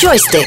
Joystick.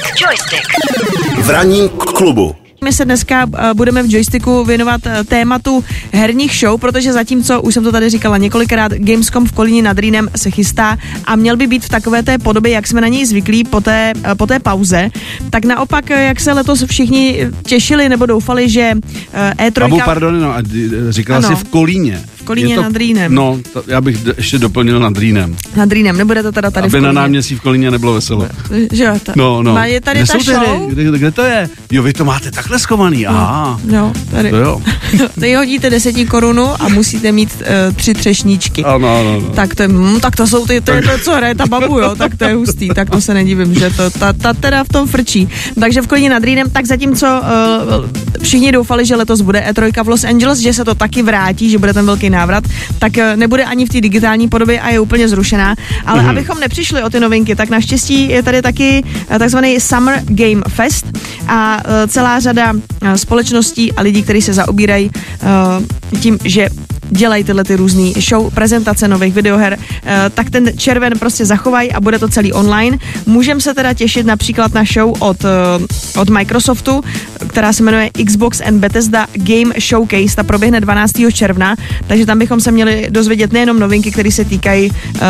V ranním klubu. My se dneska budeme v Joysticku věnovat tématu herních show, protože zatímco, už jsem to tady říkala několikrát, Gamescom v Kolíně nad Rýnem se chystá a měl by být v takové té podobě, jak jsme na něj zvyklí po té pauze, tak naopak, jak se letos všichni těšili nebo doufali, že E3... Pardon, říkala jsi v Kolíně. V Kolíně nad Rýnem. No, já bych ještě doplnil nad Rýnem. Nad Rýnem, nebude to teda tady aby v Kolíně. Aby na náměstí v Kolíně nebylo veselo. Že jo, No. Je tady kde ta show? Kde to je? Jo, vy to máte takhle schovaný, aha. No, tady. To jo. Tady hodíte 10 korunu a musíte mít 3 třešníčky. Ano. Tak to jsou to je to, co hraje ta babu, jo, tak to je hustý, tak to se nedivím, že to ta teda v tom frčí. Takže v Kolíně nad Rýnem, tak zatímco všichni doufali, že letos bude E3 v Los Angeles, že se to taky vrátí, že bude ten velký návrat, tak nebude ani v té digitální podobě a je úplně zrušená. Ale abychom nepřišli o ty novinky, tak naštěstí je tady taky takzvaný Summer Game Fest a celá řada společností a lidí, kteří se zaobírají tím, že dělají tyhle ty různý show, prezentace nových videoher, tak ten červen prostě zachovají a bude to celý online. Můžeme se teda těšit například na show od Microsoftu, která se jmenuje Xbox and Bethesda Game Showcase, ta proběhne 12. června, takže tam bychom se měli dozvědět nejenom novinky, které se týkají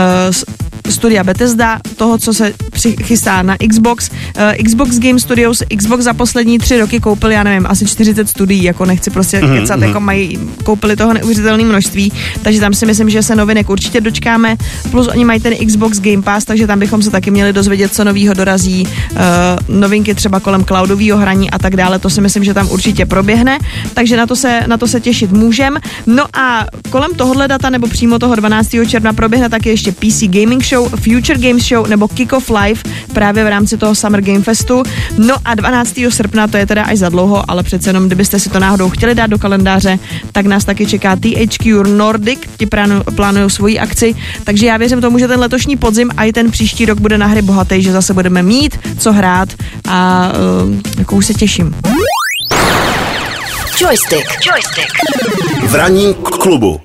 studia Bethesda, toho, co se chystá na Xbox. Xbox Game Studios, Xbox za poslední 3 roky koupili, já nevím, asi 40 studií, jako nechci prostě kecat, jako koupili toho neuvěřitelné množství, takže tam si myslím, že se novinek určitě dočkáme, plus oni mají ten Xbox Game Pass, takže tam bychom se taky měli dozvědět, co novýho dorazí, novinky třeba kolem cloudového hraní a tak dále, to si myslím, že tam určitě proběhne, takže na to se těšit můžem. No a kolem tohohle data, nebo přímo toho 12. června proběhne taky ještě PC Gaming Show, Future Games Show nebo Kick-Off Live právě v rámci toho Summer Game Festu. No a 12. srpna, to je teda až za dlouho, ale přece jenom, kdybyste si to náhodou chtěli dát do kalendáře, tak nás taky čeká THQ Nordic, ti plánují svoji akci, takže já věřím tomu, že ten letošní podzim a i ten příští rok bude na hry bohatý, že zase budeme mít co hrát a jako už se těším. Joystick. V ranním klubu.